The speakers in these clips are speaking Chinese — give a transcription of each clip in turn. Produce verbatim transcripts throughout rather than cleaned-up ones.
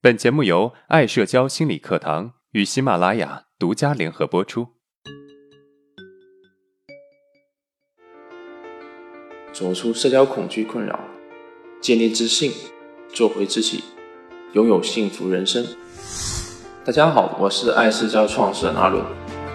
本节目由爱社交心理课堂与喜马拉雅独家联合播出。 走出社交恐惧困扰，建立自信，做回自己，拥有幸福人生。大家好，我是爱社交创始人阿伦。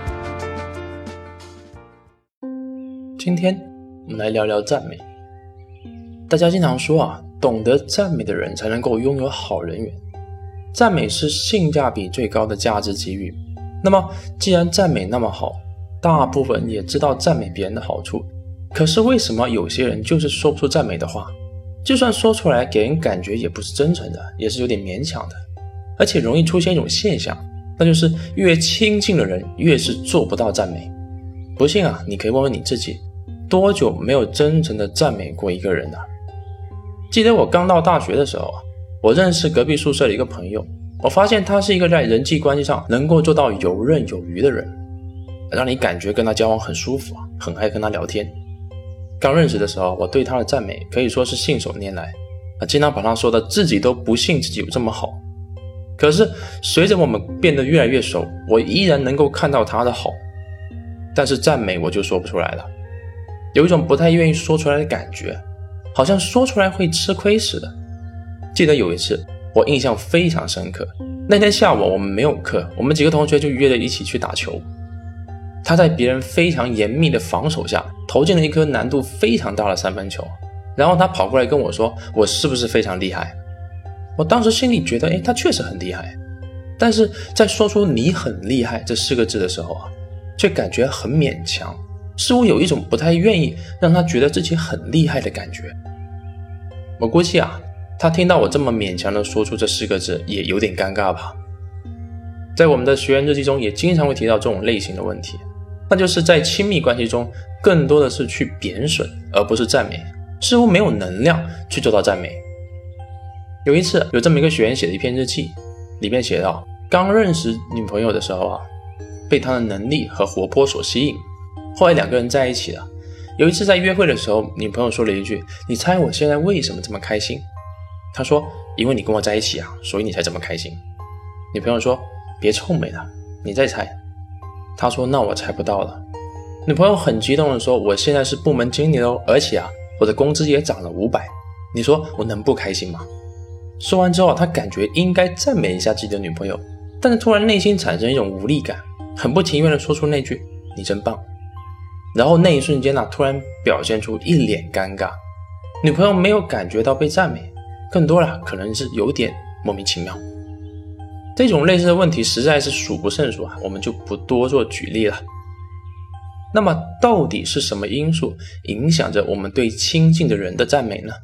今天我们来聊聊赞美。大家经常说啊，懂得赞美的人才能够拥有好人缘。赞美是性价比最高的价值给予。那么既然赞美那么好，大部分人也知道赞美别人的好处，可是为什么有些人就是说不出赞美的话？就算说出来，给人感觉也不是真诚的，也是有点勉强的，而且容易出现一种现象，那就是越亲近的人越是做不到赞美。不信啊，你可以问问你自己，多久没有真诚的赞美过一个人啊？记得我刚到大学的时候啊，我认识隔壁宿舍的一个朋友，我发现他是一个在人际关系上能够做到游刃有余的人，让你感觉跟他交往很舒服，很爱跟他聊天。刚认识的时候，我对他的赞美可以说是信手拈来，经常把他说的自己都不信自己有这么好。可是随着我们变得越来越熟，我依然能够看到他的好，但是赞美我就说不出来了，有一种不太愿意说出来的感觉，好像说出来会吃亏似的。记得有一次我印象非常深刻，那天下午我们没有课，我们几个同学就约了一起去打球。他在别人非常严密的防守下投进了一颗难度非常大的三分球，然后他跑过来跟我说我是不是非常厉害。我当时心里觉得诶，他确实很厉害，但是在说出你很厉害这四个字的时候啊，却感觉很勉强，似乎有一种不太愿意让他觉得自己很厉害的感觉。我估计啊，他听到我这么勉强的说出这四个字也有点尴尬吧。在我们的学员日记中也经常会提到这种类型的问题，那就是在亲密关系中更多的是去贬损而不是赞美，似乎没有能量去做到赞美。有一次有这么一个学员写了一篇日记，里面写到刚认识女朋友的时候啊，被她的能力和活泼所吸引，后来两个人在一起了。有一次在约会的时候，女朋友说了一句，你猜我现在为什么这么开心？他说因为你跟我在一起啊，所以你才这么开心。女朋友说别臭美了，你再猜。他说那我猜不到了。女朋友很激动的说我现在是部门经理咯，而且啊我的工资也涨了五百，你说我能不开心吗？说完之后他感觉应该赞美一下自己的女朋友，但是突然内心产生一种无力感，很不情愿的说出那句你真棒。然后那一瞬间啊，突然表现出一脸尴尬。女朋友没有感觉到被赞美，更多了可能是有点莫名其妙。这种类似的问题实在是数不胜数啊，我们就不多做举例了。那么到底是什么因素影响着我们对亲近的人的赞美呢？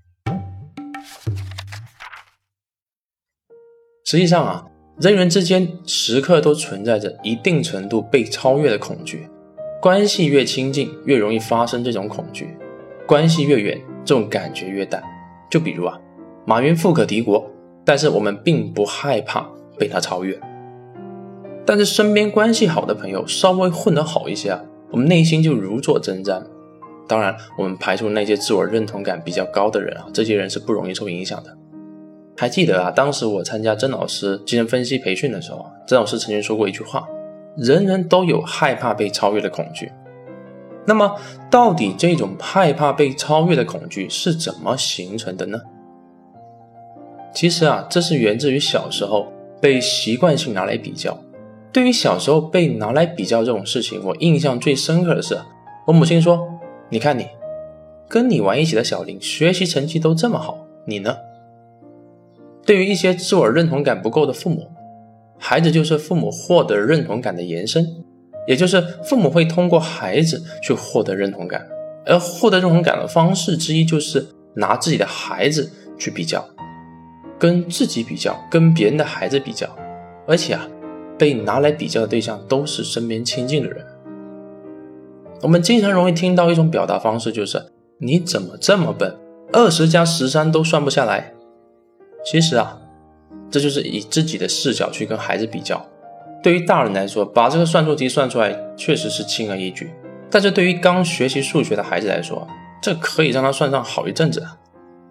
实际上啊，人与人之间时刻都存在着一定程度被超越的恐惧，关系越亲近越容易发生这种恐惧，关系越远这种感觉越淡。就比如啊，马云富可敌国，但是我们并不害怕被他超越。但是身边关系好的朋友稍微混得好一些啊，我们内心就如坐针毡。当然我们排除那些自我认同感比较高的人啊，这些人是不容易受影响的。还记得啊，当时我参加曾老师精神分析培训的时候啊，曾老师曾经说过一句话，人人都有害怕被超越的恐惧。那么到底这种害怕被超越的恐惧是怎么形成的呢？其实啊，这是源自于小时候被习惯性拿来比较。对于小时候被拿来比较这种事情，我印象最深刻的是，我母亲说，你看你，跟你玩一起的小林学习成绩都这么好，你呢？对于一些自我认同感不够的父母，孩子就是父母获得认同感的延伸，也就是父母会通过孩子去获得认同感，而获得认同感的方式之一就是拿自己的孩子去比较，跟自己比较，跟别人的孩子比较，而且啊，被拿来比较的对象都是身边亲近的人。我们经常容易听到一种表达方式，就是你怎么这么笨，二十加十三都算不下来。其实啊，这就是以自己的视角去跟孩子比较。对于大人来说，把这个算术题算出来确实是轻而易举，但是对于刚学习数学的孩子来说，这可以让他算上好一阵子啊。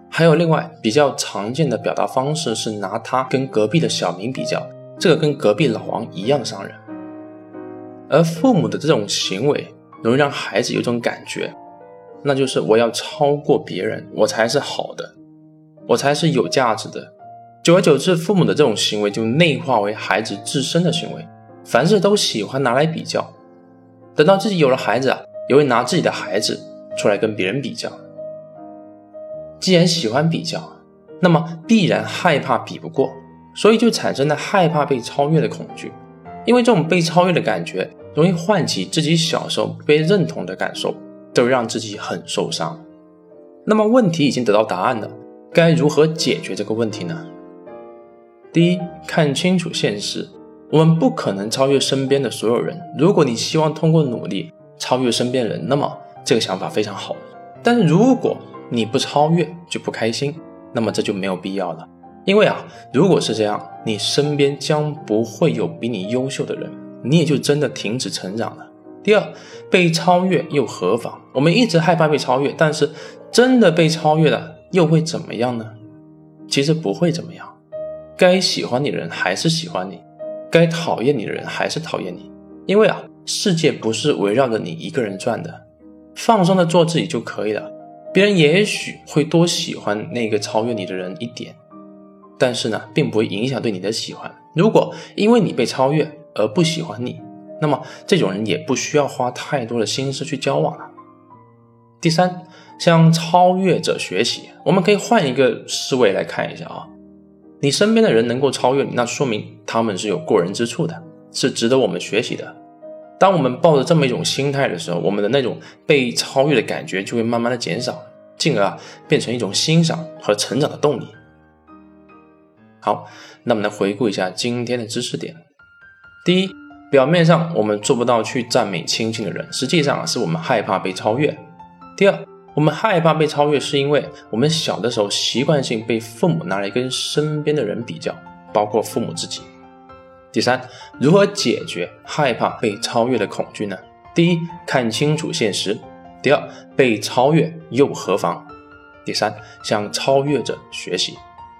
还有另外比较常见的表达方式是拿他跟隔壁的小明比较，这个跟隔壁老王一样伤人。而父母的这种行为容易让孩子有种感觉，那就是我要超过别人，我才是好的，我才是有价值的。久而久之，父母的这种行为就内化为孩子自身的行为，凡事都喜欢拿来比较，等到自己有了孩子啊，也会拿自己的孩子出来跟别人比较。既然喜欢比较，那么必然害怕比不过，所以就产生了害怕被超越的恐惧。因为这种被超越的感觉容易唤起自己小时候不被认同的感受，这会让自己很受伤。那么问题已经得到答案了，该如何解决这个问题呢？第一，看清楚现实，我们不可能超越身边的所有人。如果你希望通过努力超越身边人，那么这个想法非常好。但是如果你不超越就不开心，那么这就没有必要了。因为啊，如果是这样，你身边将不会有比你优秀的人，你也就真的停止成长了。第二，被超越又何妨？我们一直害怕被超越，但是真的被超越了又会怎么样呢？其实不会怎么样。该喜欢你的人还是喜欢你，该讨厌你的人还是讨厌你。因为啊，世界不是围绕着你一个人转的，放松的做自己就可以了。别人也许会多喜欢那个超越你的人一点，但是呢，并不会影响对你的喜欢。如果因为你被超越而不喜欢你，那么这种人也不需要花太多的心思去交往了。第三，向超越者学习。我们可以换一个思维来看一下啊，你身边的人能够超越你，那说明他们是有过人之处的，是值得我们学习的。当我们抱着这么一种心态的时候，我们的那种被超越的感觉就会慢慢的减少，进而啊变成一种欣赏和成长的动力。好，那我们来回顾一下今天的知识点。第一，表面上我们做不到去赞美亲近的人，实际上是我们害怕被超越。第二，我们害怕被超越是因为我们小的时候习惯性被父母拿来跟身边的人比较，包括父母自己。第三，如何解决害怕被超越的恐惧呢？第一，看清楚现实。第二，被超越又何妨？第三，向超越者学习。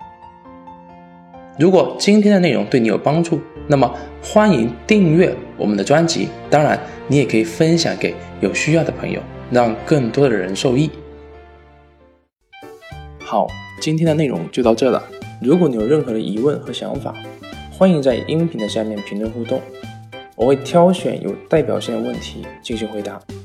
如果今天的内容对你有帮助，那么欢迎订阅我们的专辑，当然你也可以分享给有需要的朋友，让更多的人受益。好，今天的内容就到这了。如果你有任何的疑问和想法，欢迎在音频的下面评论互动，我会挑选有代表性的问题进行回答。